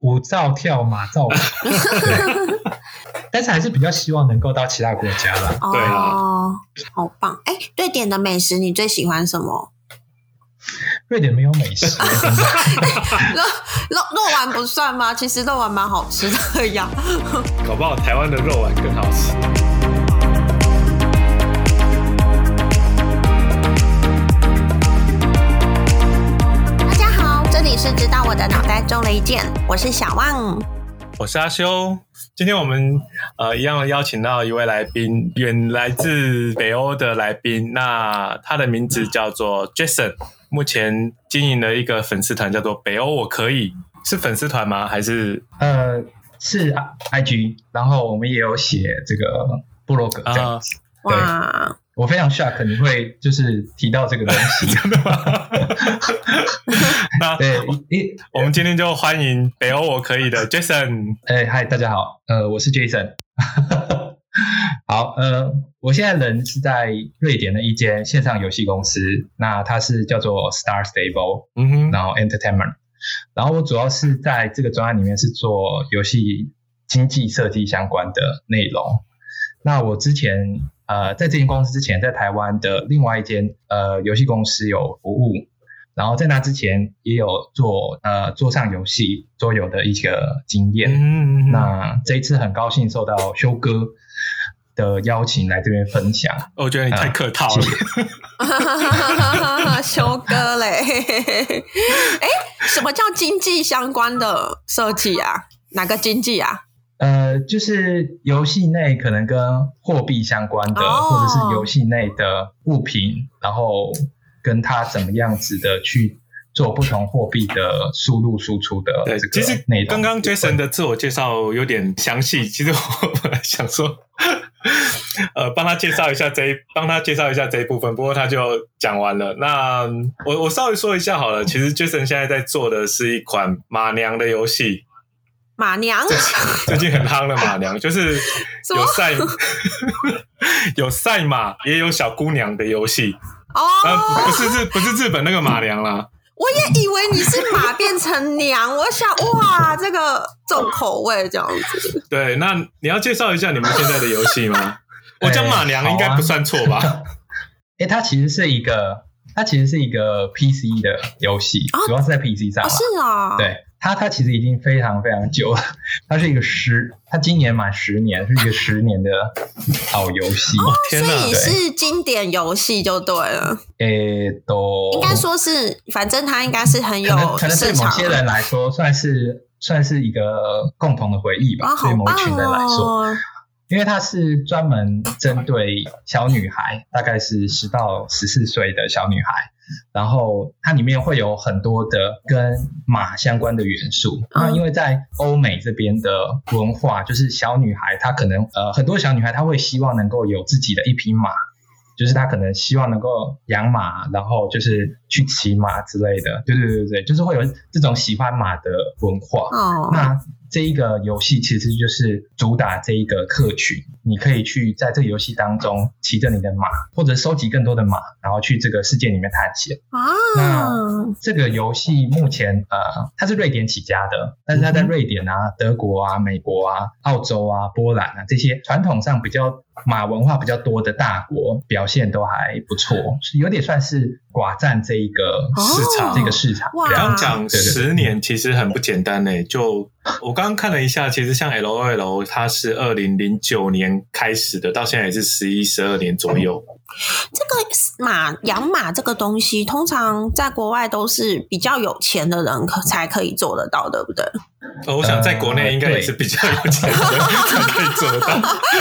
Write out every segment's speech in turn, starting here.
舞照跳马照跑但是还是比较希望能够到其他国家啦。 对哦，好棒！瑞典的美食你最喜欢什么？ 瑞典没有美食肉丸不算吗？其实肉丸蛮好吃的呀。 搞不好台湾的肉丸更好吃。 大家好，这里是知道我的脑袋中了一箭，我是小旺。 我是阿修，今天我们一样邀请到一位来宾，远来自北欧的来宾，那他的名字叫做 Jason， 目前经营了一个粉丝团叫做北欧我可以，是粉丝团吗？还是是 IG， 然后我们也有写这个部落格这样子。对，我非常 shock 你会就是提到这个东西。 真的吗？那对，我们今天就欢迎北欧我可以的 Jason。 嗨，大家好，我是 Jason。好，我现在人是在瑞典的一间线上游戏公司，那它是叫做 Star Stable， 然后 Entertainment， 然后我主要是在这个专案里面是做游戏经济设计相关的内容。那我之前在这间公司之前，在台湾的另外一间游戏公司有服务，然后在那之前也有做桌上游戏桌游的一个经验。那这一次很高兴受到修哥的邀请来这边分享。 我觉得你太客套了。 修哥嘞，什么叫经济相关的设计啊？哪个经济啊？ 就是游戏内可能跟货币相关的，或者是游戏内的物品，然后跟它怎么样子的去做不同货币的输入输出的这个内容。 其实刚刚 Jason 的自我介绍有点详细，其实我本来想说帮他介绍一下这一部分，不过他就讲完了。那我稍微说一下好了，其实 Jason 现在在做的是一款马娘的游戏。 马娘最近很夯的马娘，就是有赛马也有小姑娘的游戏。不是日本那个马娘啦。 我也以为你是马变成娘，我想哇，这个重口味这样子。 对，那你要介绍一下你们现在的游戏吗？我讲马娘应该不算错吧？ 它其实是一个 PC 的游戏，主要是在 PC 上。 是啊， 对。它其实已经非常非常久了，它是一个它今年满10年，是一个10年的老游戏。 天哪，所以是经典游戏就对了。 应该说是，反正它应该是很有可能对某些人来说算是一个共同的回忆吧，对某一群人来说。因为它是专门针对小女孩，大概是10到14岁的小女孩，然后它里面会有很多的跟马相关的元素。那因为在欧美这边的文化，就是小女孩她可能很多小女孩她会希望能够有自己的一匹马，就是她可能希望能够养马，然后就是去骑马之类的。对，就是会有这种喜欢马的文化。那这一个游戏其实就是主打这一个客群，你可以去在这个游戏当中骑着你的马，或者收集更多的马，然后去这个世界里面探险。那这个游戏目前它是瑞典起家的，但是它在瑞典啊、德国啊、美国啊、澳洲啊、波兰啊这些传统上比较马文化比较多的大国表现都还不错，有点算是寡占这一个市场。这个市场刚刚讲10年其实很不简单耶。就我刚刚看了一下，其实像 LOL 它是2009年开始的，到现在也是11、12年左右。 这个养马这个东西，通常在国外都是比较有钱的人才可以做得到，对不对？ 我想在国内应该也是比较有钱的人才可以做得到。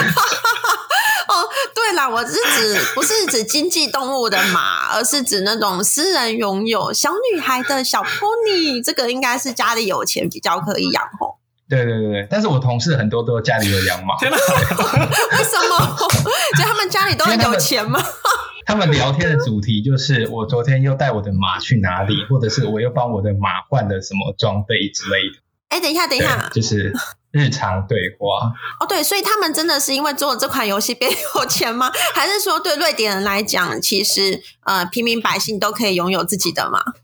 对啦，我是不是指经济动物的马，而是指那种私人拥有小女孩的小 pony， 这个应该是家里有钱比较可以养吼。 对，但是我同事很多都家里有养马。 天哪，为什么？就他们家里都很有钱吗？ 他们聊天的主题就是我昨天又带我的马去哪里，或者是我又帮我的马换了什么装备之类的。 等一下， 就是日常对话。 对，所以他们真的是因为做这款游戏变有钱吗？还是说对瑞典人来讲，其实平民百姓都可以拥有自己的马？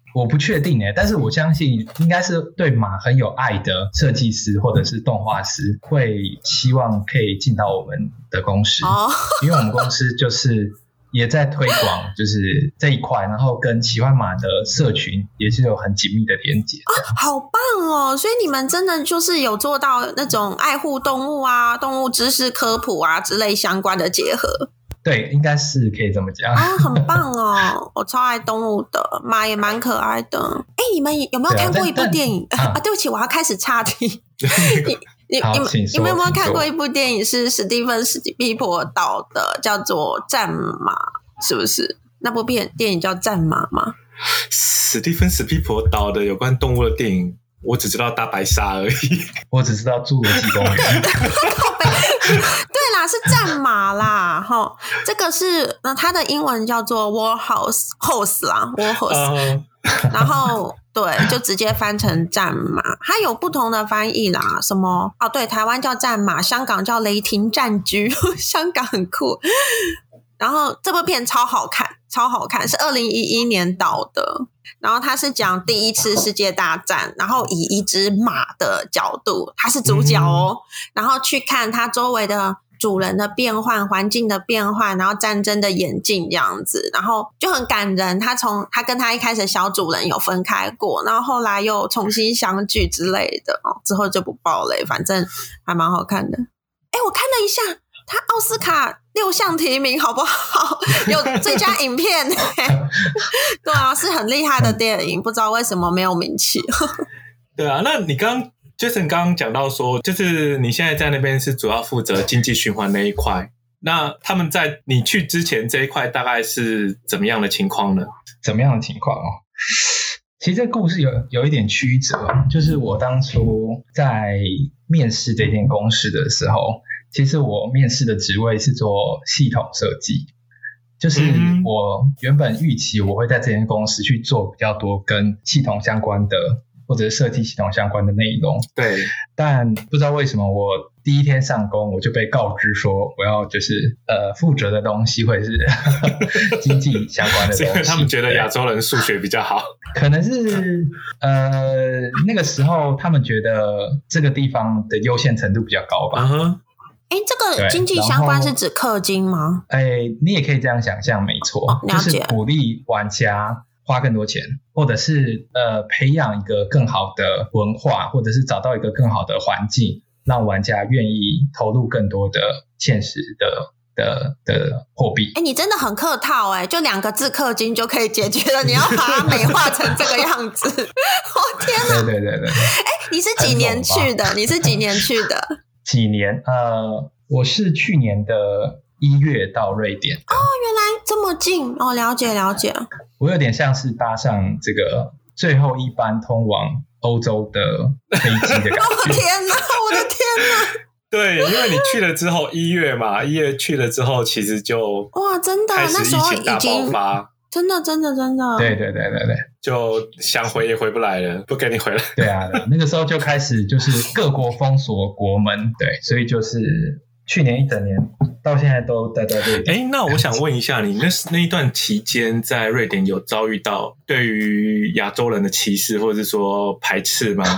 我不确定但是我相信应该是对马很有爱的设计师或者是动画师会希望可以进到我们的公司，因为我们公司就是也在推广就是这一块，然后跟喜欢马的社群也是有很紧密的连结好棒哦！所以你们真的就是有做到那种爱护动物啊、动物知识科普啊之类相关的结合。 对，应该是可以这么讲很棒哦！我超爱动物的，马也蛮可爱的。你们有没有看过一部电影对不起，我要开始岔题你们有没有看过一部电影是史蒂芬·史匹柏导的，叫做《战马》，是不是？那部电影叫《战马》吗？ 史蒂芬·史匹柏导的有关动物的电影，我只知道大白鲨而已， 我只知道侏罗纪公园。 对啦，是战马啦，这个是它的英文叫做 Warhorse 啦 ，Warhorse，然后对，就直接翻成战马，它有不同的翻译啦，什么对，台湾叫战马，香港叫雷霆战驹，香港很酷。然后这部片超好看，是2011年导的。然后他是讲第一次世界大战，然后以一只马的角度，他是主角然后去看他周围的主人的变换、环境的变换，然后战争的演进这样子，然后就很感人。他跟他一开始小主人有分开过，然后后来又重新相聚之类的之后就不爆雷，反正还蛮好看的。我看了一下，他奥斯卡6项提名，好不好？有最佳影片对啊，是很厉害的电影，不知道为什么没有名气。 对啊，那你Jason 刚刚讲到说，就是你现在在那边是主要负责经济循环那一块，那他们在你去之前这一块大概是怎么样的情况呢？ 怎么样的情况其实这个故事有一点曲折，就是我当初在面试这间公司的时候，其实我面试的职位是做系统设计，就是我原本预期我会在这间公司去做比较多跟系统相关的或者是设计系统相关的内容。 对， 但不知道为什么我第一天上工我就被告知说我要就是负责的东西会是经济相关的东西。 因为他们觉得亚洲人数学比较好， 可能是那个时候他们觉得这个地方的优先程度比较高吧。 这个经济相关是指氪金吗？ 你也可以这样想象，没错，就是鼓励玩家花更多钱，或者是培养一个更好的文化，或者是找到一个更好的环境，让玩家愿意投入更多的现实的货币。 你真的很客套就2个字氪金就可以解决了，你要把它美化成这个样子。我天哪！ 对。 你是几年去的？ 几年？我是去年的1月到瑞典。 原来这么近了解。 我有点像是搭上这个最后一班通往欧洲的飞机的感觉。 我的天哪！ 对，因为你去了之后1月嘛，1月去了之后，其实就真的开始疫情大爆发。 真的。 对， 就想回也回不来了，不给你回来。 对啊，那个时候就开始就是各国封锁国门，对，所以就是去年一整年到现在都待在瑞典。 那我想问一下，你那一段期间在瑞典有遭遇到对于亚洲人的歧视或者是说排斥吗？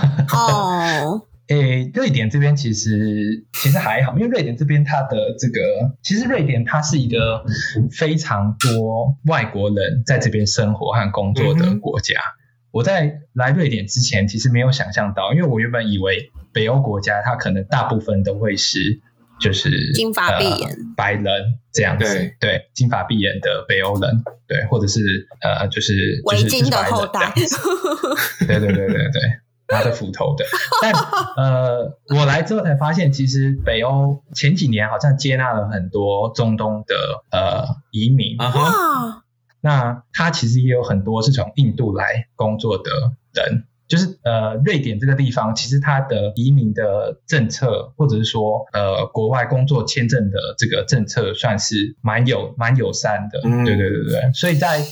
瑞典这边其实还好，因为瑞典这边它的其实瑞典它是一个非常多外国人在这边生活和工作的国家。我在来瑞典之前其实没有想象到，因为我原本以为北欧国家它可能大部分都会是就是金发碧眼白人这样子，对，金发碧眼的北欧人，对，或者是就是维京的后代， 对。拿着斧头的，但我来之后才发现，其实北欧前几年好像接纳了很多中东的移民，那他其实也有很多是从印度来工作的人，就是瑞典这个地方，其实它的移民的政策，或者是说国外工作签证的这个政策，算是蛮友善的。对，所以在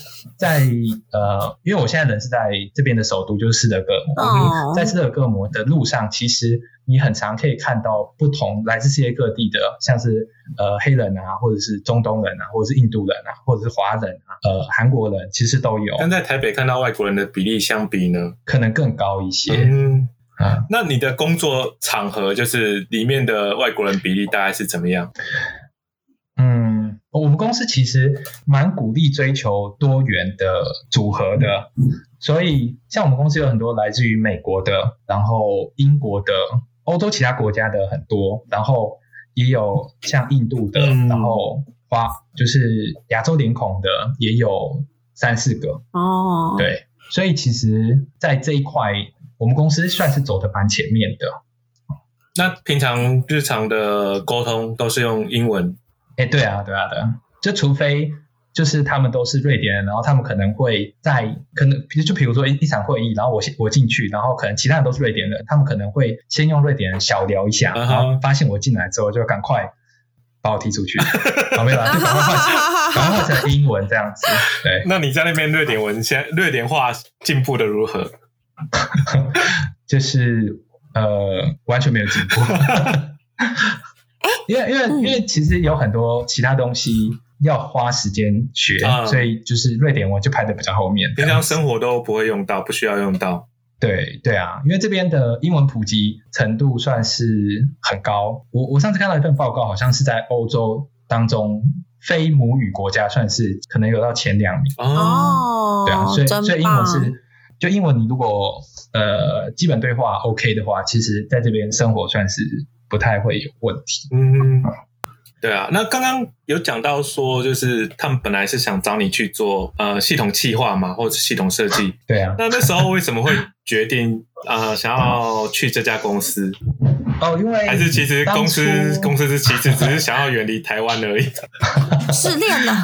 因为我现在人是在这边的首都，就是斯德哥尔摩。在斯德哥尔摩的路上，其实你很常可以看到不同来自世界各地的，像是黑人啊，或者是中东人啊，或者是印度人啊，或者是华人啊，韩国人其实都有。 但在台北看到外国人的比例相比呢， 可能更高一些。 那你的工作场合就是里面的外国人比例大概是怎么样？ 我们公司其实蛮鼓励追求多元的组合的，所以像我们公司有很多来自于美国的，然后英国的，欧洲其他国家的很多，然后也有像印度的，然后就是亚洲脸孔的也有3-4个。对，所以其实在这一块我们公司算是走得蛮前面的。 那平常日常的沟通都是用英文？ 对啊，就除非就是他们都是瑞典人，然后他们可能会比如说一场会议，然后我进去，然后可能其他人都是瑞典人，他们可能会先用瑞典人小聊一下，然后发现我进来之后就赶快把我踢出去，没有啦，就赶快换成英文这样子。对， 那你在那边瑞典话进步的如何？ 就是完全没有进步。因为其实有很多其他东西要花时间学，所以就是瑞典文就排在比较后面。 平常生活都不会用到，不需要用到。 对啊，因为这边的英文普及程度算是很高。我上次看到一份报告，好像是在欧洲当中非母语国家算是可能有到前2名。对啊，所以英文是就英文你如果基本对话 OK 的话，其实在这边生活算是不太会有问题。 对啊，那刚刚有讲到说，就是他们本来是想找你去做系统企划嘛，或者系统设计。 对啊， 那时候为什么会决定想要去这家公司？ 因为还是其实公司是其实只是想要远离台湾而已。 失恋了。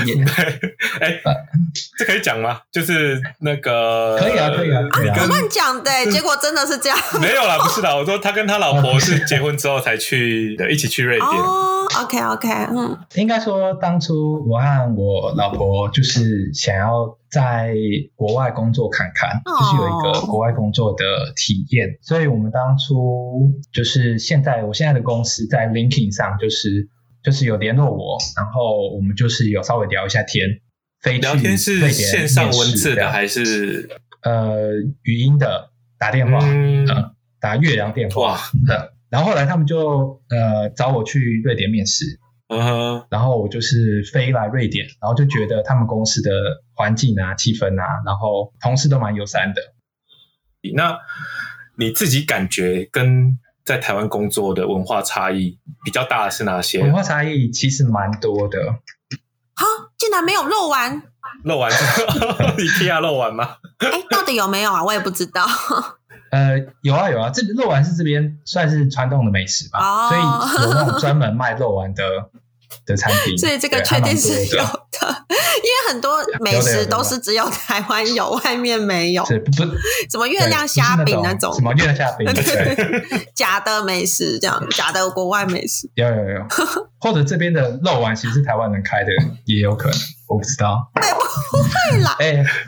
这可以讲吗？就是那个可以啊。 我乱讲的，结果真的是这样。 没有啦，不是啦，我说他跟他老婆是结婚之后才去的，一起去瑞典。 OK， 应该说当初我和我老婆就是想要在国外工作看看，就是有一个国外工作的体验，所以我们当初就是我现在的公司在 LinkedIn 上就是有联络我，然后我们就是有稍微聊一下天，飞去聊天是线上文字的还是语音的，打电话，打越洋电话。然后后来他们就找我去瑞典面试。然后我就是飞来瑞典，然后就觉得他们公司的环境啊、气氛啊，然后同事都蛮友善的。 那你自己感觉跟在台湾工作的文化差异比较大的是哪些？ 文化差异其实蛮多的。 竟然没有肉丸 IKEA 肉丸吗？ 到底有没有啊？我也不知道。 有啊，肉丸是这边算是传统的美食吧，所以有那种专门卖肉丸的餐厅。 所以这个确定是有的，因为很多美食都是只有台湾有，外面没有。 是不什么月亮虾饼那种， 什么月亮虾饼， 假的美食，这样假的国外美食。 有，或者这边的肉丸其实是台湾人开的，也有可能，我不知道。 不会啦。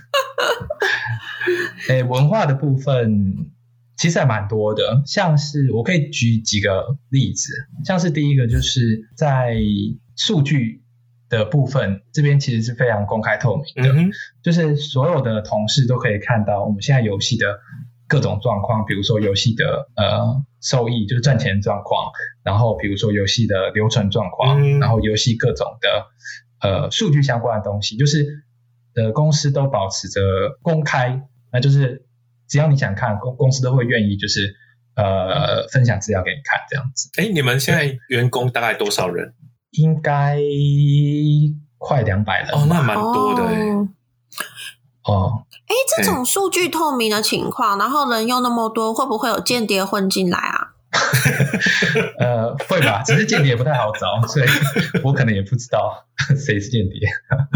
文化的部分其实还蛮多的，像是我可以举几个例子，像是第一个就是在数据的部分，这边其实是非常公开透明的，就是所有的同事都可以看到我们现在游戏的各种状况，比如说游戏的收益，就是赚钱状况，然后比如说游戏的留存状况，然后游戏各种的数据相关的东西，就是公司都保持着公开，那就是只要你想看，公司都会愿意就是分享资料给你看这样子。 你们现在员工大概多少人？ 应该快200人。 那蛮多的这种数据透明的情况，然后人又那么多，会不会有间谍混进来啊？ 会吧，只是间谍不太好找，所以我可能也不知道谁是间谍。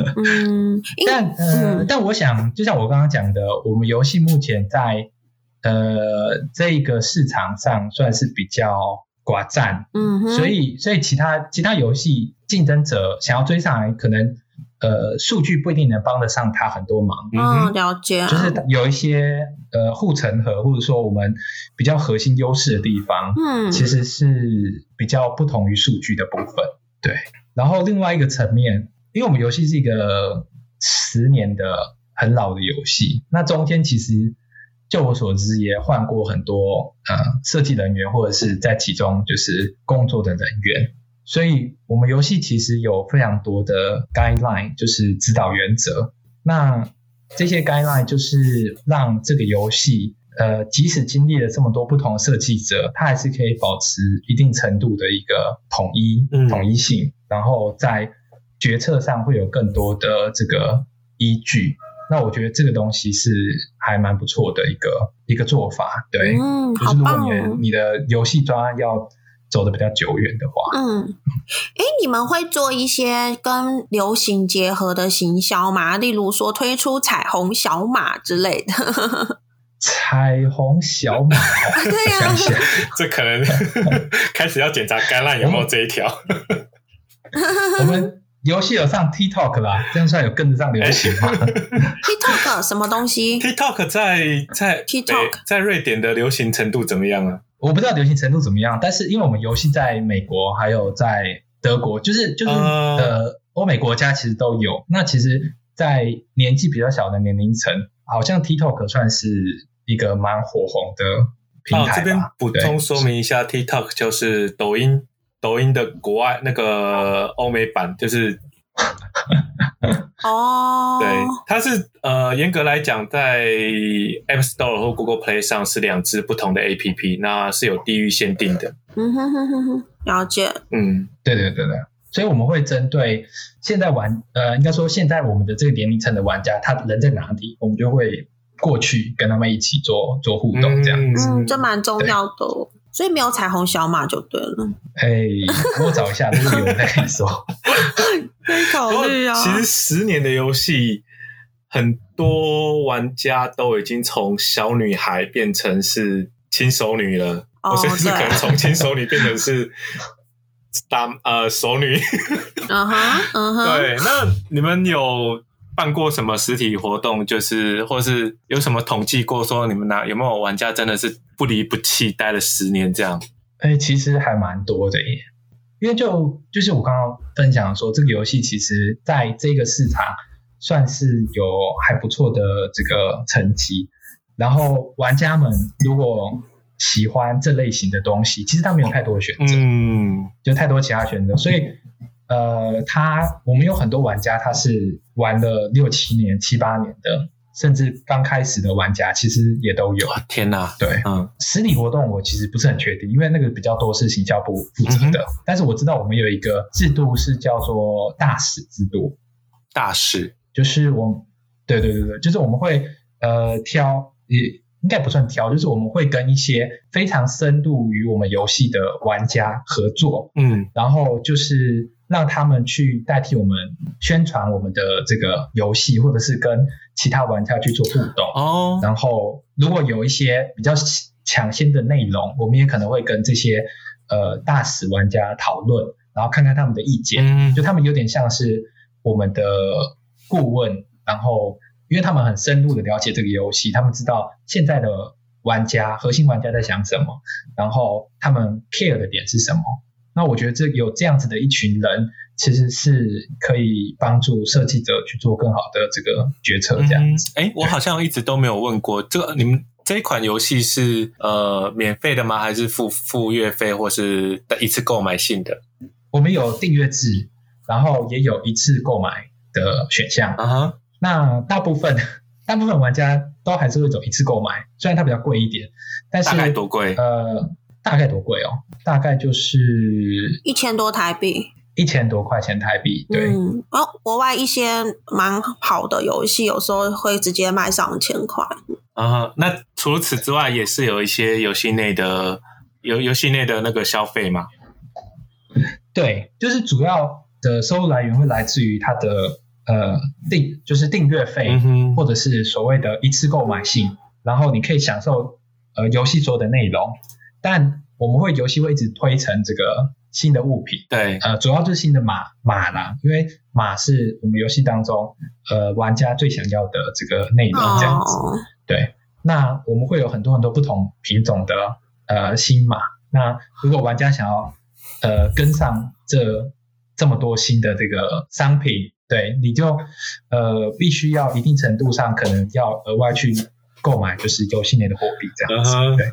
但我想，就像我刚刚讲的，我们游戏目前在这个市场上算是比较寡占，所以其他游戏竞争者想要追上来，可能数据不一定能帮得上他很多忙。 了解。 就是有一些护城河或者说我们比较核心优势的地方，其实是比较不同于数据的部分。对，然后另外一个层面，因为我们游戏是一个10年的很老的游戏，那中间其实就我所知也换过很多设计人员或者是在其中就是工作的人员，所以我们游戏其实有非常多的 guideline， 就是指导原则。那这些 guideline 就是让这个游戏即使经历了这么多不同的设计者，它还是可以保持一定程度的一个统一性，然后在决策上会有更多的这个依据。那我觉得这个东西是还蛮不错的一个做法。对，就是如果你的游戏专案要走得比较久远的话， 你们会做一些跟流行结合的行销吗？例如说推出彩虹小马之类的。 彩虹小马， 对呀， 这可能开始要检查橄榄有没有这一条。 我们游戏有上 TikTok 啦，这样算有跟得上流行吗 ？TikTok 什么东西 ？TikTok 在瑞典的流行程度怎么样啊？ 我不知道流行程度怎么样，但是因为我们游戏在美国还有在德国，就是欧美国家其实都有。那其实在年纪比较小的年龄层，好像 TikTok 算是一个蛮火红的平台吧。 这边补充说明一下 ，TikTok 就是抖音的国外那个欧美版，就是对，它是严格来讲，在 App Store 或 Google Play 上是2支不同的 APP， 那是有地域限定的。 了解。 对，所以我们会针对现在应该说现在我们的这个年龄层的玩家，他人在哪里，我们就会过去跟他们一起做互动这样子。 这蛮重要的。所以没有彩虹小马就对了。 我找一下，这个有人在跟你说。 可以考虑啊。 其实10年的游戏，很多玩家都已经从小女孩变成是轻熟女了，甚至可能从轻熟女变成是熟女。对，那你们有办过什么实体活动，就是或是有什么统计过说你们有没有玩家真的是不离不弃待了10年这样？ 其实还蛮多的耶，因为就是我刚刚分享说，这个游戏其实在这个市场算是有还不错的这个成绩，然后玩家们如果喜欢这类型的东西，其实他没有太多的选择，就太多其他选择，所以我们有很多玩家他是玩了6、7年、7、8年的，甚至刚开始的玩家其实也都有。 天哪！ 对，实体活动我其实不是很确定，因为那个比较多是行销部负责的。但是我知道我们有一个制度是叫做大使制度。 大使就是对，就是我们会挑，也应该不算挑，就是我们会跟一些非常深度于我们游戏的玩家合作，然后就是让他们去代替我们宣传我们的这个游戏，或者是跟其他玩家去做互动。然后如果有一些比较抢先的内容，我们也可能会跟这些大使玩家讨论，然后看看他们的意见。就他们有点像是我们的顾问，然后因为他们很深入的了解这个游戏，他们知道现在的玩家核心玩家在想什么，然后他们 care 的点是什么。那我觉得有这样子的一群人，其实是可以帮助设计者去做更好的这个决策这样子。 我好像一直都没有问过，你们这一款游戏是免费的吗？还是付月费或是一次购买性的？ 我们有订阅制，然后也有一次购买的选项。那大部分玩家都还是会走一次购买，虽然它比较贵一点，但是大概多贵？ 大概多贵哦？大概就是 1000多台币 ，1000多块钱台币。对， 国外一些蛮好的游戏，有时候会直接卖上1000块。 那除此之外，也是有一些游戏内的那个消费嘛？ 对，就是主要的收入来源会来自于它的就是订阅费，或者是所谓的一次购买性，然后你可以享受游戏所有的内容，但我们游戏会一直推成这个新的物品， 对， 主要就是新的马啦，因为马是我们游戏当中玩家最想要的这个内容这样子。对，那我们会有很多很多不同品种的新马，那如果玩家想要跟上这么多新的这个商品，对，你就必须要一定程度上可能要额外去购买就是游戏内的货币这样子。对。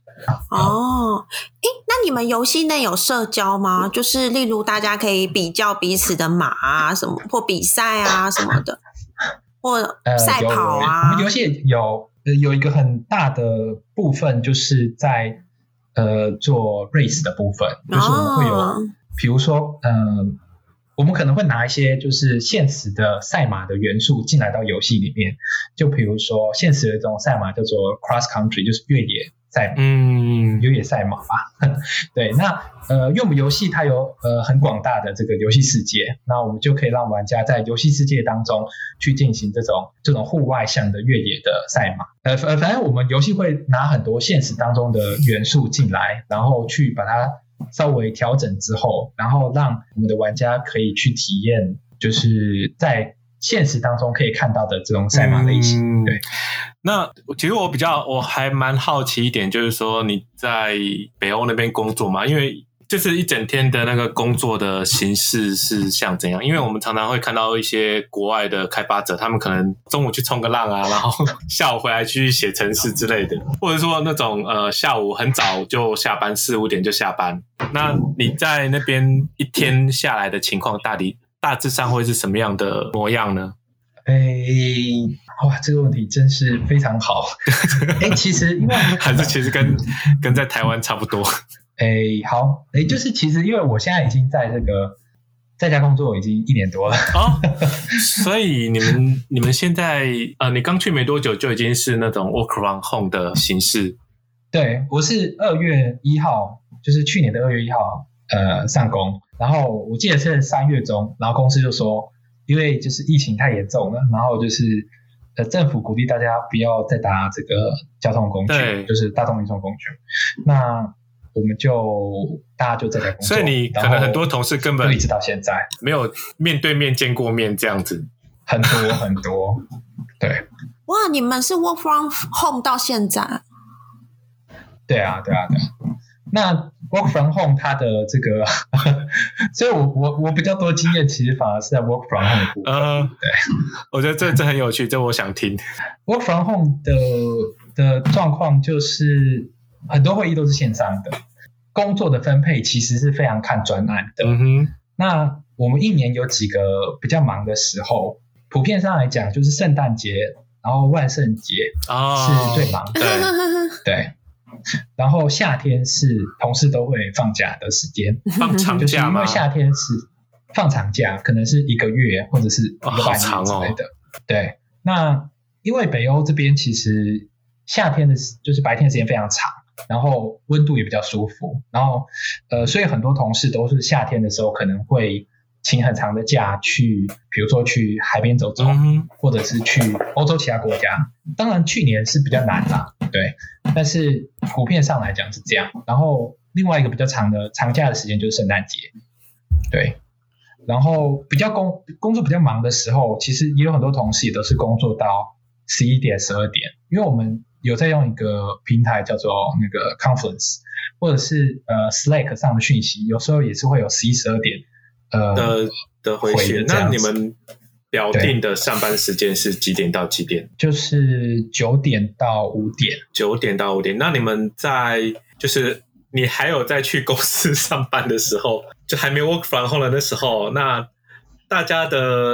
那你们游戏内有社交吗？就是例如大家可以比较彼此的马啊什么，或比赛啊什么的，或赛跑啊。 我们游戏有一个很大的部分就是在做 race 的部分，就是我们会有比如说我们可能会拿一些就是现实的赛马的元素进来到游戏里面，就比如说现实的这种赛马叫做 cross country， 就是越野赛马，越野赛马吧。对，那因为我们游戏它有很广大的这个游戏世界，那我们就可以让玩家在游戏世界当中去进行这种户外向的越野的赛马。反正我们游戏会拿很多现实当中的元素进来，然后去把它稍微调整之后，然后让我们的玩家可以去体验，就是在现实当中可以看到的这种赛马类型。对， 那其实我还蛮好奇一点，就是说你在北欧那边工作嘛，因为就是一整天的那个工作的形式是像怎样？因为我们常常会看到一些国外的开发者，他们可能中午去冲个浪啊，然后下午回来去写程式之类的，或者说那种下午很早就下班，4、5点就下班。那你在那边一天下来的情况，大致上会是什么样的模样呢？ 哇，这个问题真是非常好。其实因为还是其实跟在台湾差不多。 好，就是其实因为我现在已经在这个在家工作已经1年多了。 所以你们现在你刚去没多久就已经是那种 work from home 的形式？ 对，我是2月1号，就是去年的2月1号上工，然后我记得是3月中，然后公司就说因为就是疫情太严重了，然后就是政府鼓励大家不要再搭这个交通工具，就是大众运输工具。那我们大家就在家工作， 所以你可能很多同事根本一直到现在没有面对面见过面这样子， 很多很多。对， 哇，你们是 work from home 到现在？ 对啊。那 work from home 它的这个，所以我比较多经验，其实反而是在 work from home 的部分。对， 我觉得这很有趣，这我想听。 work from home 的状况就是很多会议都是线上的，工作的分配其实是非常看专案的。那我们1年有几个比较忙的时候，普遍上来讲就是圣诞节，然后万圣节是最忙的。对。然后夏天是同事都会放假的时间， 放长假吗？ 就是因为夏天是放长假，可能是1个月或者是1个半月之类的。对，那因为北欧这边其实夏天的就是白天的时间非常长，然后温度也比较舒服，然后所以很多同事都是夏天的时候可能会请很长的假去，比如说去海边走走，或者是去欧洲其他国家。当然去年是比较难啦，对，但是普遍上来讲是这样。然后另外一个比较长的长假的时间就是圣诞节，对。然后比较工作比较忙的时候，其实也有很多同事也都是工作到11点12点，因为我们有在用一个平台叫做那个 Confluence 或者是Slack 上的讯息，有时候也是会有11、12点的回讯。那你们表定的上班时间是几点到几点？ 就是9点到5点。 9点到5点。那你们就是你还有在去公司上班的时候，就还没 work from home 的时候，那大家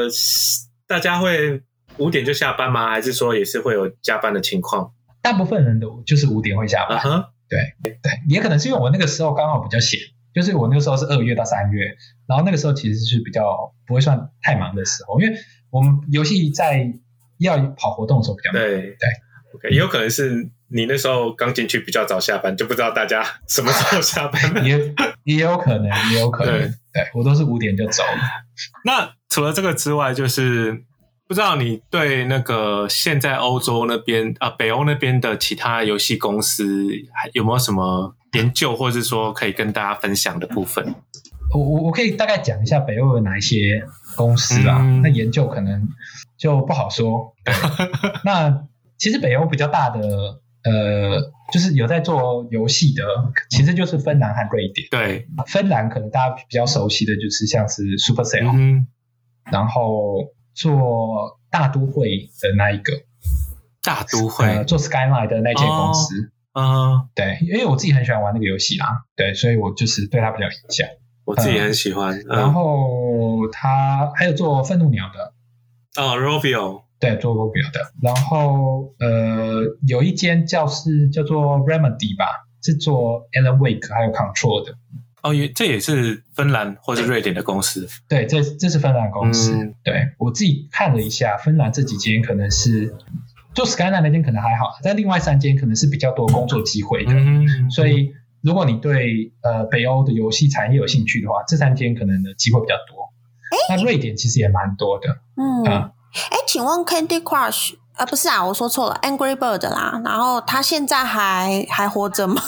会5点就下班吗？还是说也是会有加班的情况？ 大部分人都就是5点会下班。对，也可能是因为我那个时候刚好比较闲。就是我那个时候是2月到3月，然后那个时候其实是比较不会算太忙的时候，因为我们游戏在要跑活动的时候比较忙。对 ，okay， 也有可能是你那时候刚进去比较早下班，就不知道大家什么时候下班。 也有可能。对，我都是5点就走了。 那除了这个之外，就是不知道你对那个现在欧洲那边北欧那边的其他游戏公司有没有什么研究，或是说可以跟大家分享的部分？ 我可以大概讲一下北欧有哪一些公司啦，那研究可能就不好说。那其实北欧比较大的就是有在做游戏的，其实就是芬兰和瑞典。 对， 芬兰可能大家比较熟悉的就是像是 Supercell，然后做大都会的那一个大都会做 Skyline 的那间公司。对，因为我自己很喜欢玩那个游戏啦，对，所以我就是对他比较有印象。 我自己也很喜欢。 然后他还有做愤怒鸟的 Rovio， 对，做 Rovio 的。然后有一间叫做 Remedy 吧，是做 Alan Wake 还有 Control 的。 这也是芬兰或是瑞典的公司。 对，这是芬兰公司。对，我自己看了一下，芬兰这几间可能是就 Skyline 那间可能还好，但另外3间可能是比较多工作机会的。所以如果你对北欧的游戏产业有兴趣的话，这3间可能的机会比较多。那瑞典其实也蛮多的。 请问 Candy Crush 不是啊，我说错了 Angry Bird 啦，然后他现在还活着吗？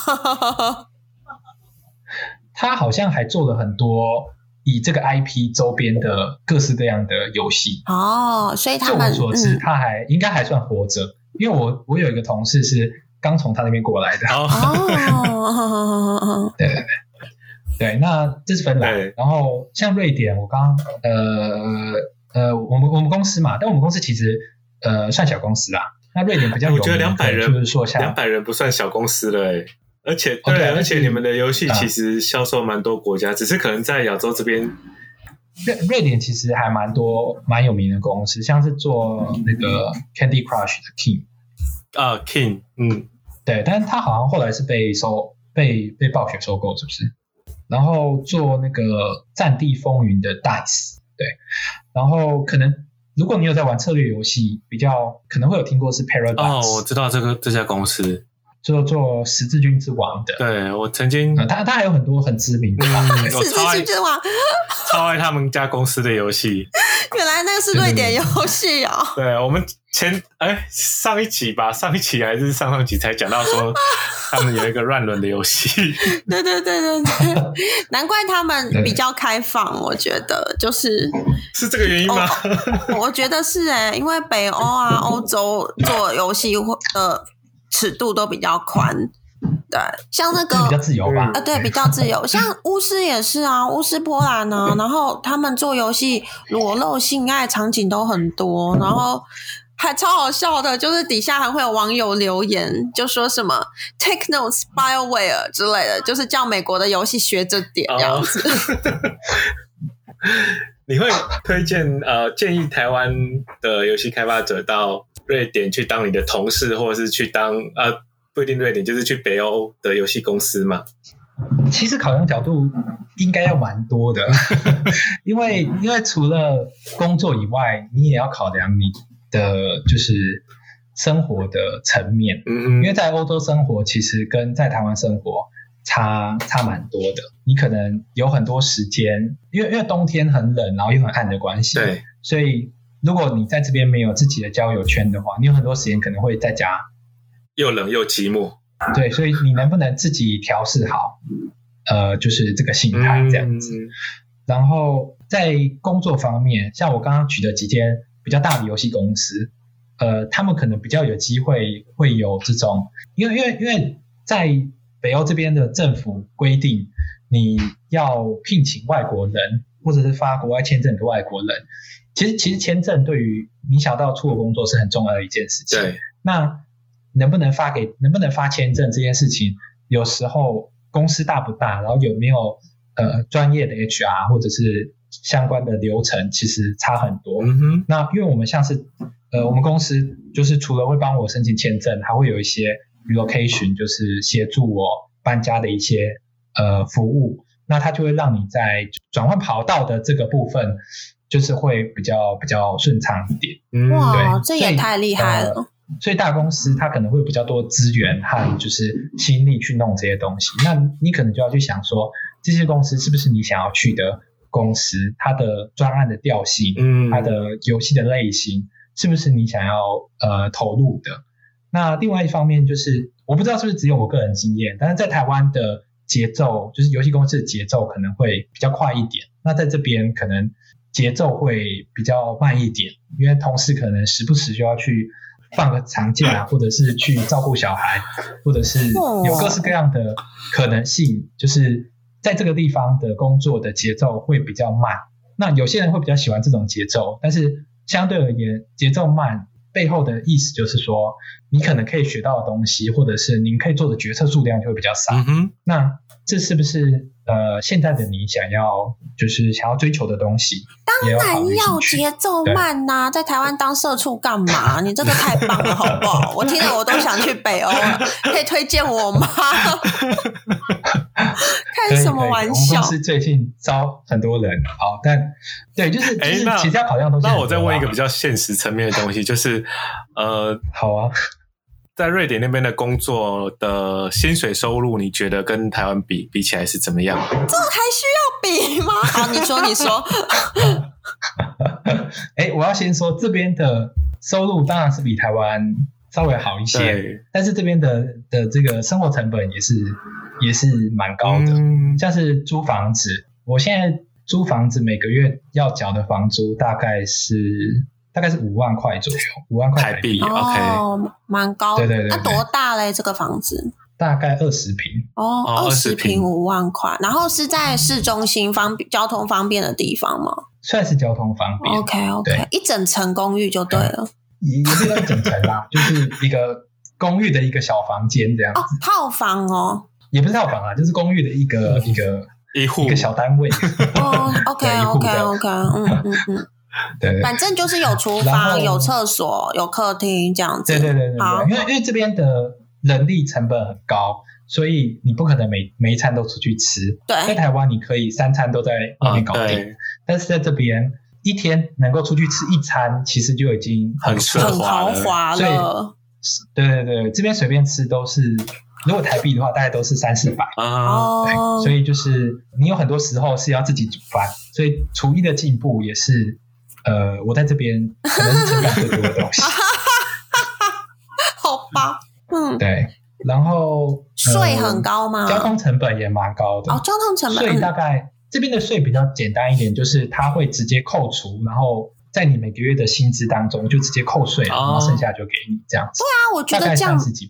他好像还做了很多以这个 IP 周边的各式各样的游戏。 所以他们就我所知他应该还算活着，因为我有一个同事是刚从他那边过来的。对，那这是芬兰。然后像瑞典，我刚我们公司嘛，但我们公司其实算小公司啦。那瑞典比较有名的， 我觉得200人就是说像 200人不算小公司了欸。而且而且你们的游戏其实销售蛮多国家，只是可能在亚洲这边。 瑞典其实还蛮有名的公司，像是做那个 Candy Crush 的 King。King， 对，但是他好像后来是被暴雪收购，是不是？然后做那个战地风云的 DICE， 对，然后可能如果你有在玩策略游戏，比较可能会有听过是 Paradox。 我知道这家公司。 做十字军之王的。 对，我曾经他还有很多很知名的。 十字军之王超爱他们家公司的游戏。 原来那个是瑞典游戏哦。 对，我们上一期还是上集才讲到说他们有一个乱伦的游戏。 对，难怪他们比较开放，我觉得是这个原因吗？ 我觉得是因为北欧啊欧洲做游戏的尺度都比较宽。对，像那个比较自由吧。 对，比较自由。像巫师也是啊，巫师波兰啊，然后他们做游戏裸露性爱场景都很多，然后还超好笑的，就是底下还会有网友留言，就说什么 Take notes BioWare 之类的，就是叫美国的游戏学着点这样子。 你会推荐建议台湾的游戏开发者到瑞典去当你的同事，或者是去当不一定瑞典，就是去北欧的游戏公司嘛？ 其实考量角度应该要蛮多的。因为除了工作以外，你也要考量你的就是生活的层面。因为在欧洲生活其实跟在台湾生活差蛮多的。你可能有很多时间，因为冬天很冷，然后又很暗的关系， 对， 所以如果你在这边没有自己的交友圈的话，你有很多时间可能会在家又冷又寂寞。 对，所以你能不能自己调试好就是这个心态这样子。然后在工作方面，像我刚刚举的几间比较大的游戏公司，他们可能比较有机会会有这种，因为在北欧这边的政府规定，你要聘请外国人或者是发国外签证给外国人，其实签证对于你想到出国工作是很重要的一件事情。 对， 那能不能发签证这件事情，有时候公司大不大，然后有没有专业的 HR 或者是相关的流程，其实差很多。那因为我们像是我们公司就是除了会帮我申请签证，还会有一些 relocation， 就是协助我搬家的一些服务。那它就会让你在转换跑道的这个部分，就是会比较顺畅一点。 哇，这也太厉害了。 所以大公司它可能会有比较多资源和就是心力去弄这些东西，那你可能就要去想说，这些公司是不是你想要去的公司，它的专案的调性，它的游戏的类型是不是你想要投入的。那另外一方面就是我不知道是不是只有我个人经验，但是在台湾的节奏，就是游戏公司的节奏可能会比较快一点，那在这边可能节奏会比较慢一点，因为同事可能时不时就要去放个长假，或者是去照顾小孩，或者是有各式各样的可能性，就是在这个地方的工作的节奏会比较慢。那有些人会比较喜欢这种节奏，但是相对而言，节奏慢背后的意思就是说，你可能可以学到的东西，或者是您可以做的决策数量就会比较少。那这是不是现在的你想要追求的东西？ 当然要节奏慢啊，在台湾当社畜干嘛？你这个太棒了，好不好？我听了我都想去北欧了，可以推荐我吗？开什么玩笑？ 我们公司最近招很多人，但对，就是其他好像都是。 那我再问一个比较现实层面的东西，就是好啊。 在瑞典那边的工作的薪水收入，你觉得跟台湾比起来是怎么样？ 这还需要比吗？好，你说。 我要先说这边的收入当然是比台湾稍微好一些，但是这边的这个生活成本也是蛮高的。像是租房子，我现在租房子每个月要缴的房租大概是5万块左右，5万块台币。 哦，蛮高的。 对。 那多大嘞？这个房子大概20平。 20平5万块，然后是在市中心交通方便的地方吗？ 算是交通方便。 OK， 一整层公寓就对了。 也不是一整层啦，就是一个公寓的一个小房间这样子。 套房哦。 也不是套房啦，就是公寓的一个小单位。 OK， 对， 反正就是有厨房、有厕所、有客厅这样子。 对。因为这边的人力成本很高，所以你不可能每一餐都出去吃。 对， 在台湾你可以3餐都在外面搞定，但是在这边一天能够出去吃1餐，其实就已经很豪华了。 对，这边随便吃都是，如果台币的话，大概都是300-400。对，所以就是你有很多时候是要自己煮饭，所以厨艺的进步也是。我在这边可能是成长最多的东西。 好吧， 对，然后税很高吗？ 交通成本也蛮高的。 交通成本税大概这边的税比较简单一点，就是它会直接扣除，然后在你每个月的薪资当中就直接扣税，然后剩下就给你这样子。 对啊，我觉得这样 30几%。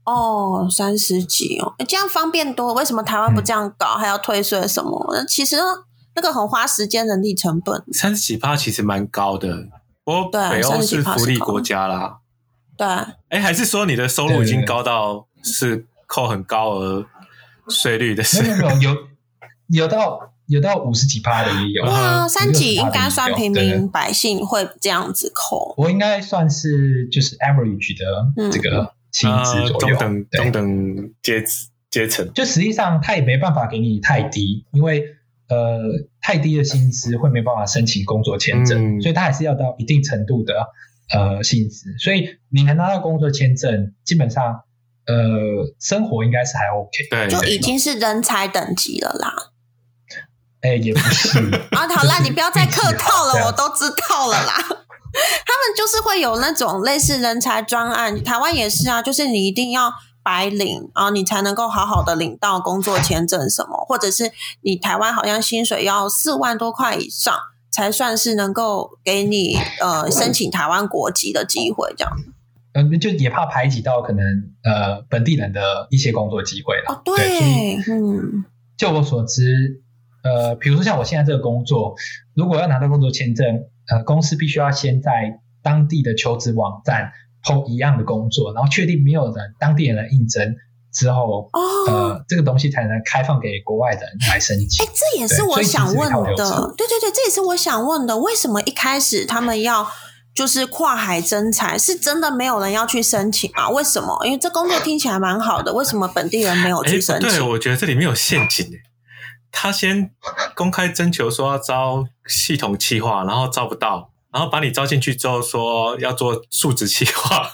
30几这样方便多。为什么台湾不这样搞，还要退税什么？其实那个很花时间、人力成本。 30几%其实蛮高的，不过北欧是福利国家啦。 对， 还是说你的收入已经高到是扣很高额税率的事？ 没有，有到50几%的也有。 哇，3级应该算平民百姓会这样子扣。 我应该算是就是 average 的这个薪资左右， 中等阶层。 就实际上他也没办法给你太低，因为太低的薪资会没办法申请工作签证，所以他还是要到一定程度的薪资。所以你能拿到工作签证，基本上生活应该是还 OK， 对， 就已经是人才等级了啦。 也不是。 好啦，你不要再客套了，我都知道了啦。他们就是会有那种类似人才专案，台湾也是啊，就是你一定要白领，然后你才能够好好的领到工作签证什么，或者是你台湾好像薪水要4万多块以上才算是能够给你申请台湾国籍的机会这样。 就也怕排挤到可能本地人的一些工作机会啦。 对， 就我所知，比如说像我现在这个工作，如果要拿到工作签证，公司必须要先在当地的求职网站投一样的工作，然后确定没有当地人来应征之后，这个东西才能开放给国外人来申请。 这也是我想问的。对，这也是我想问的。为什么一开始他们要就是跨海征才，是真的没有人要去申请吗？为什么？因为这工作听起来蛮好的，为什么本地人没有去申请？ 对，我觉得这里面有陷阱。他先公开征求说要招系统企划，然后招不到，然后把你招进去之后说要做数值企划。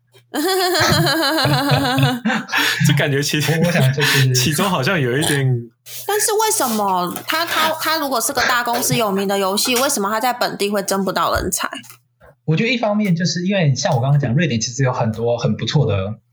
这感觉其实我想就是其中好像有一点。 但是为什么他如果是个大公司有名的游戏，为什么他在本地会征不到人才？ 我觉得一方面就是因为像我刚刚讲，瑞典其实有很多很不错的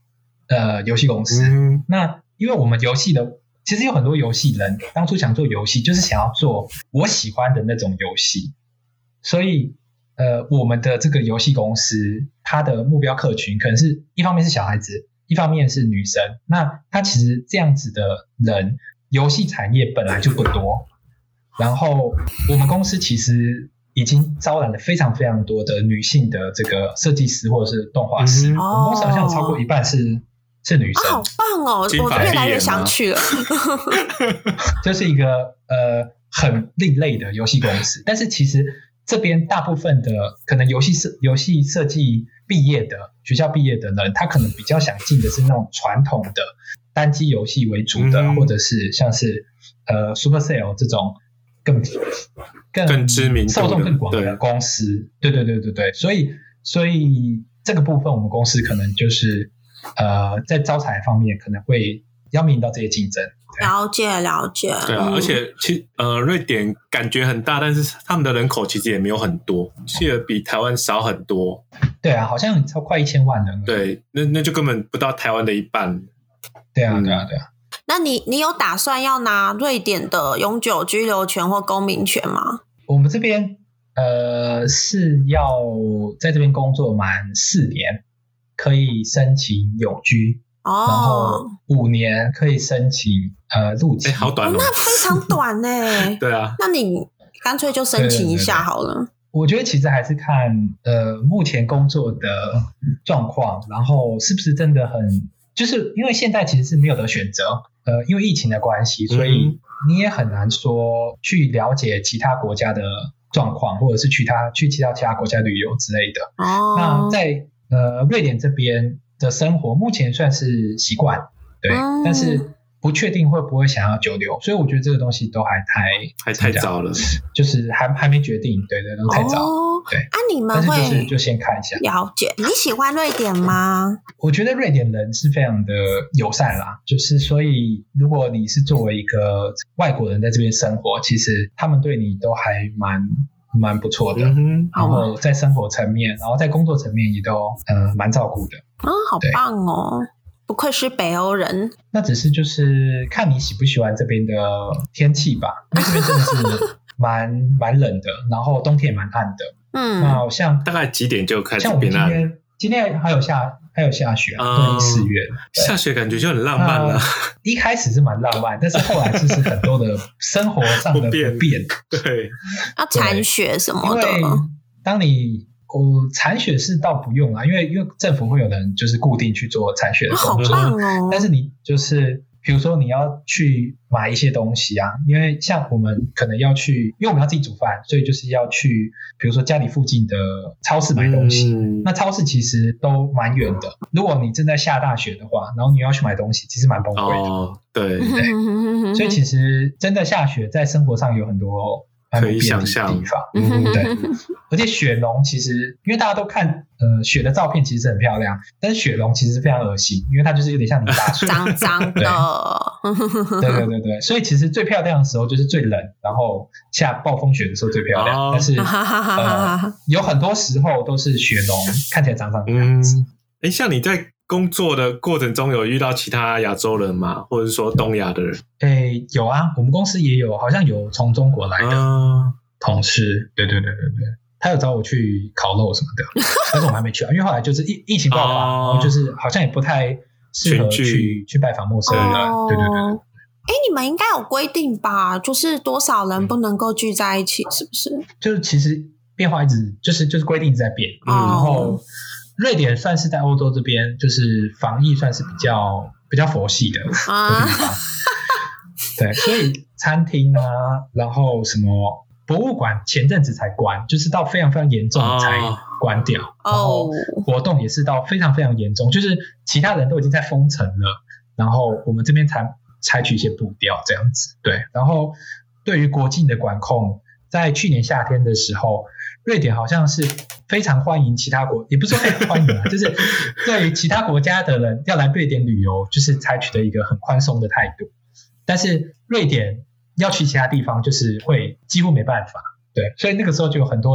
游戏公司。那因为我们游戏的其实有很多游戏人当初想做游戏，就是想要做我喜欢的那种游戏，所以我们的这个游戏公司，它的目标客群可能是一方面是小孩子，一方面是女生。那它其实这样子的人，游戏产业本来就不多。然后我们公司其实已经招揽了非常非常多的女性的这个设计师或者是动画师。我们公司好像有超过一半是女生。 好棒哦！我越来越想去了。 这是一个很另类的游戏公司，但是其实这边大部分的可能游戏设计毕业的学校毕业的人，他可能比较想进的是那种传统的单机游戏为主的，或者是像是Supercell 这种更知名、受众更广的公司。对，所以这个部分我们公司可能就是在招才方面可能会要面临到这些竞争。 了解。 对啊，而且瑞典感觉很大，但是他们的人口其实也没有很多，记得比台湾少很多。 对啊，好像超快1000万人。 对，那就根本不到台湾的一半。 对啊。 那你有打算要拿瑞典的永久居留权或公民权吗？ 我们这边是要在这边工作满4年可以申请永居，然后5年可以申请入籍。 好短哦， 那非常短耶。 对啊， 那你干脆就申请一下好了。 我觉得其实还是看目前工作的状况，然后是不是真的很，就是因为现在其实是没有得选择，因为疫情的关系，所以你也很难说去了解其他国家的状况，或者是去其他国家旅游之类的。那在瑞典这边的生活目前算是习惯，对，但是不确定会不会想要久留，所以我觉得这个东西都还太早了， 就是还没决定，对，都太早。对啊，你们会就先看一下。 了解。你喜欢瑞典吗？ 我觉得瑞典人是非常的友善啦，就是所以如果你是作为一个外国人在这边生活，其实他们对你都还蛮不错的。然后在生活层面，然后在工作层面也都蛮照顾的。 好棒哦！不愧是北欧人。那只是就是看你喜不喜欢这边的天气吧，因为这边真的是蛮冷的，然后冬天也蛮暗的。那好像大概几点就开始像我们变暗？ 今天还有下雪啊，都已经4月了。 下雪感觉就很浪漫了。 一开始是蛮浪漫，但是后来就是很多的生活上的不便。 对， 要铲雪什么的。 因为当你铲雪是倒不用啦，因为政府会有人就是固定去做铲雪的工作。 好棒哦！ 但是你就是比如说你要去买一些东西啊，因为像我们可能要去，因为我们要自己煮饭，所以就是要去比如说家里附近的超市买东西。那超市其实都蛮远的，如果你正在下大雪的话，然后你要去买东西，其实蛮崩溃的。 对， 所以其实真的下雪在生活上有很多可以想象的地方。对，而且雪龙其实因为大家都看雪的照片其实很漂亮，但是雪龙其实非常恶心，因为它就是有点像泥巴水， 脏脏的。 对，所以其实最漂亮的时候就是最冷，然后下暴风雪的时候最漂亮。但是有很多时候都是雪龙看起来脏脏的样子。 像你在工作的过程中有遇到其他亚洲人吗？或者说东亚的人？ 有啊，我们公司也有，好像有从中国来的同事。对，他有找我去烤肉什么的，但是我还没去啊，因为后来就是疫情爆发，然后就是好像也不太适合去拜访陌生人。对。 你们应该有规定吧？就是多少人不能够聚在一起，是不是？ 就是其实变化一直就是规定一直在变。然后瑞典算是在欧洲这边，就是防疫算是比较佛系的地方。对，所以餐厅啊，然后什么博物馆前阵子才关，就是到非常非常严重才关掉。然后活动也是到非常非常严重，就是其他人都已经在封城了，然后我们这边才采取一些步调这样子。对，然后对于国境的管控，在去年夏天的时候，瑞典好像是非常欢迎其他国，也不是说非常欢迎啊，就是对于其他国家的人要来瑞典旅游，就是采取的一个很宽松的态度。但是瑞典要去其他地方，就是会几乎没办法。对，所以那个时候就有很多人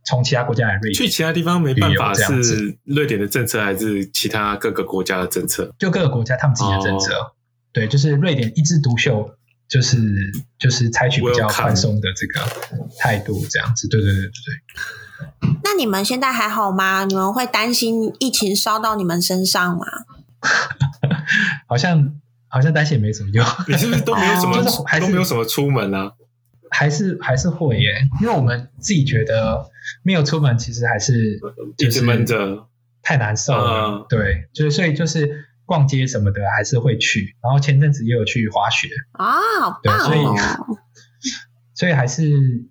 从其他国家来瑞典， 去其他地方没办法，是瑞典的政策还是其他各个国家的政策？ 就各个国家他们自己的政策。对，就是瑞典一枝独秀，就是采取比较宽松的这个态度，这样子。对。 那你们现在还好吗？你们会担心疫情烧到你们身上吗？ 好像担心也没什么用。 你是不是都没有什么，都没有什么出门啊？ 还是会耶，因为我们自己觉得没有出门，其实还是一直闷着， 太难受了。对，所以就是逛街什么的还是会去，然后前阵子也有去滑雪啊，好棒哦！ 所以还是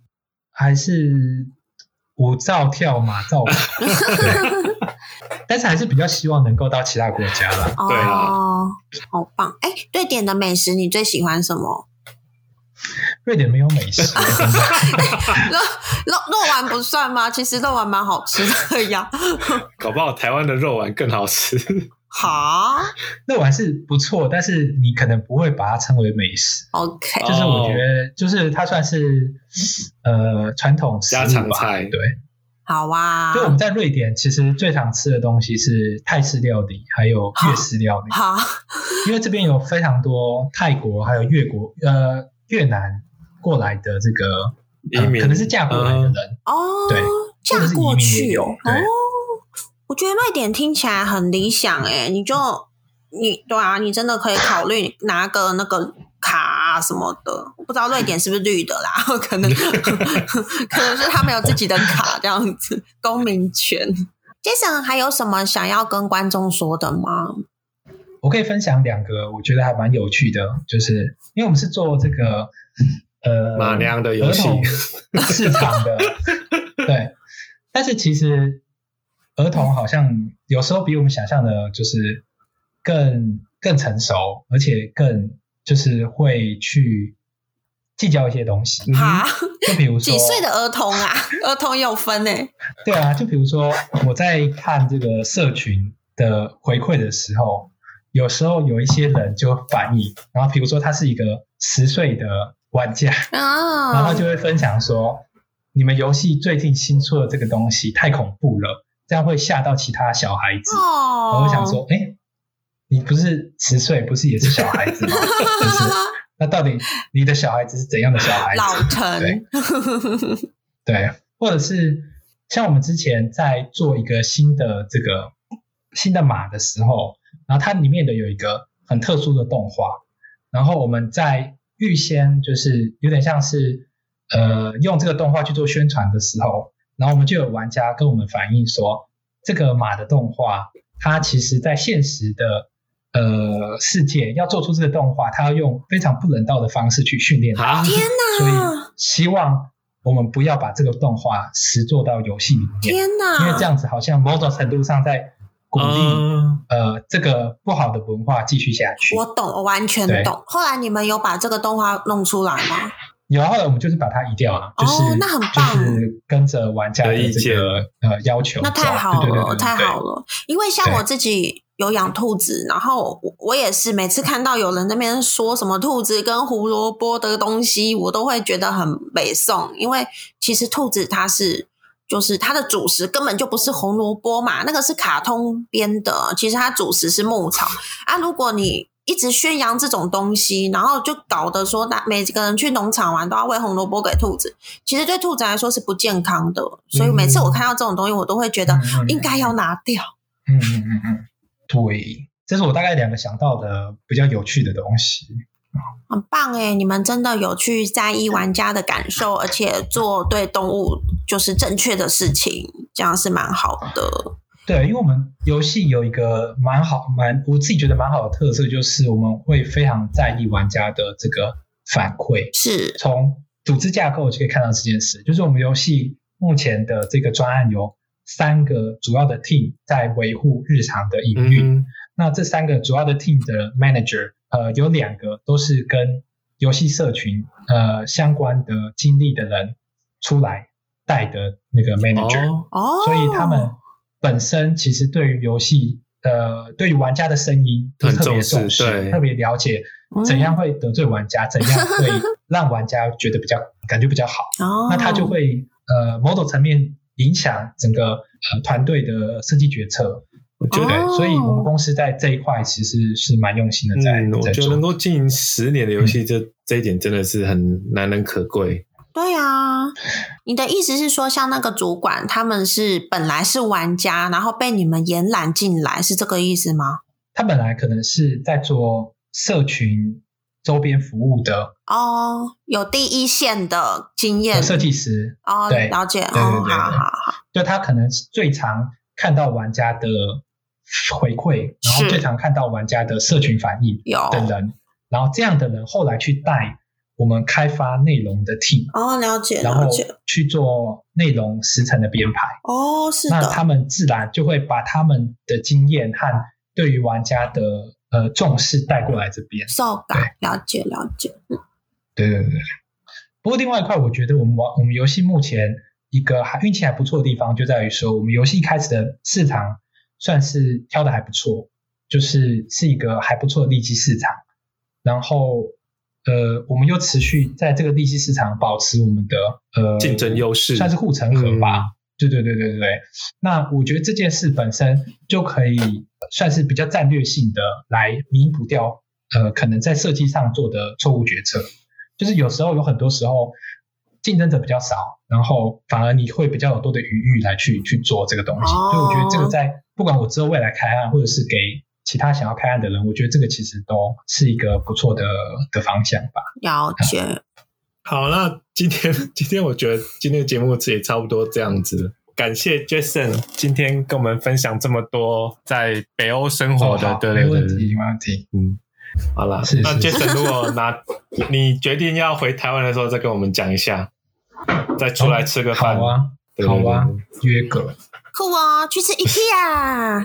舞照跳马照跑，对，但是还是比较希望能够到其他国家啦。 对啊， 好棒！瑞典的美食你最喜欢什么？ 瑞典没有美食， 肉丸不算吗？其实肉丸蛮好吃的呀。 搞不好台湾的肉丸更好吃。 好， 肉丸是不错，但是你可能不会把它称为美食。 OK， 就是我觉得，就是它算是传统食物吧， 家常菜。 对， 好啊。 就我们在瑞典，其实最常吃的东西是泰式料理，还有粤式料理。 好，因为这边有非常多泰国还有越南过来的这个可能是嫁过来的人对， 嫁过去对。 我觉得瑞典听起来很理想对啊，你真的可以考虑拿个那个卡什么的，不知道瑞典是不是绿的啦，可能是他们有自己的卡这样子，公民权。Jason 还有什么想要跟观众说的吗？ 我可以分享2个我觉得还蛮有趣的，就是因为我们是做这个马娘的游戏市场的对，但是其实儿童好像有时候比我们想象的就是更成熟，而且更就是会去计较一些东西。就比如说几岁的儿童啊？儿童也有分耶。 对啊，就比如说我在看这个社群的回馈的时候，有时候有一些人就反映，然后比如说他是一个10岁的玩家，然后他就会分享说，你们游戏最近新出的这个东西太恐怖了，这样会吓到其他小孩子。我会想说，你不是10岁，不是也是小孩子吗？就是那到底你的小孩子是怎样的小孩子？ 老成。 对，或者是像我们之前在做一个新的码的时候，然后它里面的有一个很特殊的动画，然后我们在预先就是有点像是用这个动画去做宣传的时候，然后我们就有玩家跟我们反映说，这个码的动画它其实在现实的世界要做出这个动画，它要用非常不人道的方式去训练它。 天哪！ 所以希望我们不要把这个动画实作到游戏里面。 天哪！ 因为这样子好像某种程度上在鼓励这个不好的文化继续下去。 我懂，我完全懂。后来你们有把这个动画弄出来吗？ 有，后来我们就是把它移掉了， 那很棒， 就是跟着玩家的这个要求。 那太好了， 对， 太好了。因为像我自己有养兔子，然后我也是每次看到有人那边说什么兔子跟胡萝卜的东西，我都会觉得很北宋，因为其实兔子就是它的主食根本就不是红萝卜嘛，那个是卡通编的，其实它主食是牧草啊。如果你一直宣扬这种东西，然后就搞得说每个人去农场玩都要喂红萝卜给兔子，其实对兔子来说是不健康的，所以每次我看到这种东西我都会觉得应该要拿掉。 对，这是我大概2个想到的比较有趣的东西。 很棒耶，你们真的有去在意玩家的感受，而且做对动物就是正确的事情，这样是蛮好的。 对，因为我们游戏有一个我自己觉得蛮好的特色，就是我们会非常在意玩家的这个反馈。 是从组织架构就可以看到这件事，就是我们游戏目前的这个专案有3个主要的 team 在维护日常的营运。那这3个主要的 team 的 manager有2个都是跟游戏社群相关的经历的人出来带的那个 manager，所以他们本身其实对于游戏对于玩家的声音都特别重视，特别了解怎样会得罪玩家，怎样会让玩家觉得感觉比较好。那他就会某种层面影响整个团队的设计决策。我觉得，所以我们公司在这一块其实是蛮用心的在做。 我觉得能够经营10年的游戏，这一点真的是很难能可贵。 对啊，你的意思是说，像那个主管，他们是本来是玩家，然后被你们延揽进来，是这个意思吗？ 他本来可能是在做社群周边服务的有第一线的经验设计师对，了解对，好，就他可能是最常看到玩家的回馈，然后最常看到玩家的社群反应的人，然后这样的人后来去带我们开发内容的 team 了解， 然后去做内容时程的编排是的， 那他们自然就会把他们的经验和对于玩家的重视带过来这边， 受感，了解， 对。不过另外一块，我觉得我们游戏目前一个运气还不错的地方，就在于说我们游戏一开始的市场算是挑的还不错，就是一个还不错的利基市场，然后我们又持续在这个利基市场保持我们的竞争优势， 算是护城河吧。对。那我觉得这件事本身就可以算是比较战略性的来弥补掉可能在设计上做的错误决策。就是有很多时候竞争者比较少，然后反而你会比较有多的余裕来去做这个东西。所以我觉得这个在不管我之后未来开案，或者是给其他想要开案的人，我觉得这个其实都是一个不错的方向吧。 了解。 好，那今天我觉得今天的节目也差不多这样子。感谢 Jason 今天跟我们分享这么多在北欧生活的，对， 没问题。 好啦，那 Jason 如果你决定要回台湾的时候，再跟我们讲一下，再出来吃个饭。 好啊，约个。 酷哦，去吃 IKEA。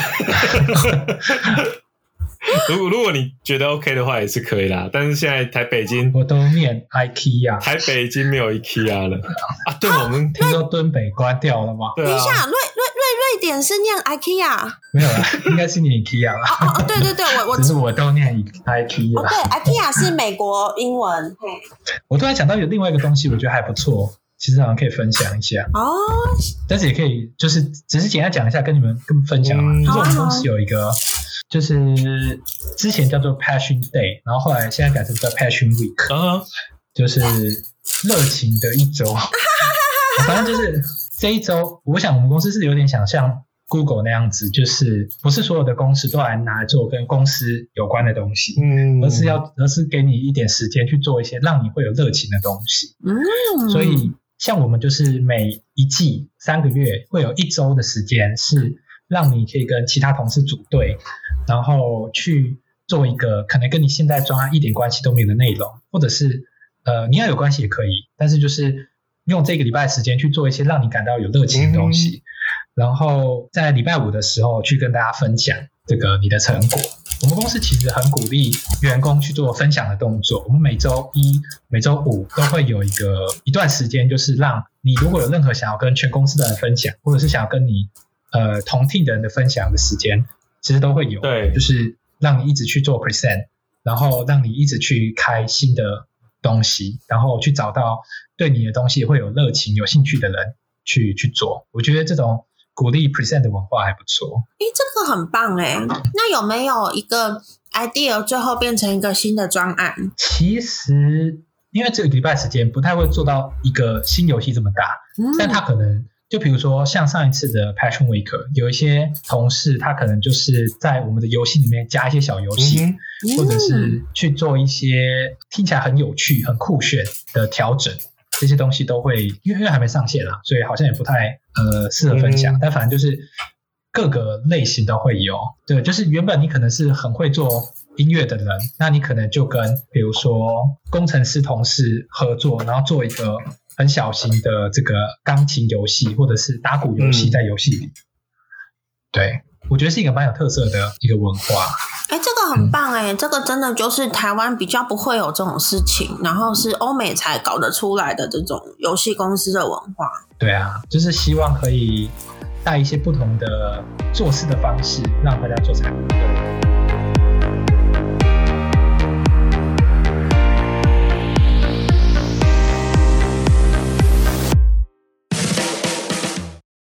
如果你觉得 OK 的话也是可以啦，但是现在台北已经我都念 IKEA， 台北已经没有 IKEA 了对，我们听说敦北关掉了吗？ 等一下，瑞典是念 IKEA？ 没有啦，应该是念 IKEA 啦。 对，我只是我都念 IKEA。 对 ，IKEA 是美国英文。 我突然想到有另外一个东西，我觉得还不错，其实好像可以分享一下但是也可以就是只是简单讲一下，跟你们分享就是我们公司有一个。就是之前叫做 Passion Day， 然后后来现在改成叫 Passion Week，就是热情的一周。反正就是这一周，我想我们公司是有点想像 Google 那样子，就是不是所有的公司都来拿来做跟公司有关的东西，而是给你一点时间去做一些让你会有热情的东西。所以像我们就是每一季3个月会有1周的时间是让你可以跟其他同事组队，然后去做一个可能跟你现在专案一点关系都没有的内容，或者是你要有关系也可以，但是就是用这个礼拜的时间去做一些让你感到有热情的东西，然后在礼拜5的时候去跟大家分享这个你的成果。我们公司其实很鼓励员工去做分享的动作，我们每周1、每周5都会有一段时间，就是让你如果有任何想要跟全公司的人分享，或者是想要跟你同 team 的人的分享的时间，其实都会有。 对， 就是让你一直去做 present， 然后让你一直去开新的东西，然后去找到对你的东西会有热情、有兴趣的人去做。我觉得这种鼓励 present 的文化还不错。 这个很棒那有没有一个 idea 最后变成一个新的专案？ 其实因为这个礼拜时间不太会做到一个新游戏这么大，但它可能就比如说像上一次的 Passion Week， 有一些同事他可能就是在我们的游戏里面加一些小游戏，或者是去做一些听起来很有趣很酷炫的调整，这些东西都会因为还没上线啦，所以好像也不太适合分享，但反正就是各个类型都会有。对，就是原本你可能是很会做音乐的人，那你可能就跟比如说工程师同事合作，然后做一个很小型的这个钢琴游戏或者是打鼓游戏在游戏里。对，我觉得是一个蛮有特色的一个文化。 这个很棒这个真的就是台湾比较不会有这种事情，然后是欧美才搞得出来的这种游戏公司的文化。 对啊，就是希望可以带一些不同的做事的方式，让大家做起来更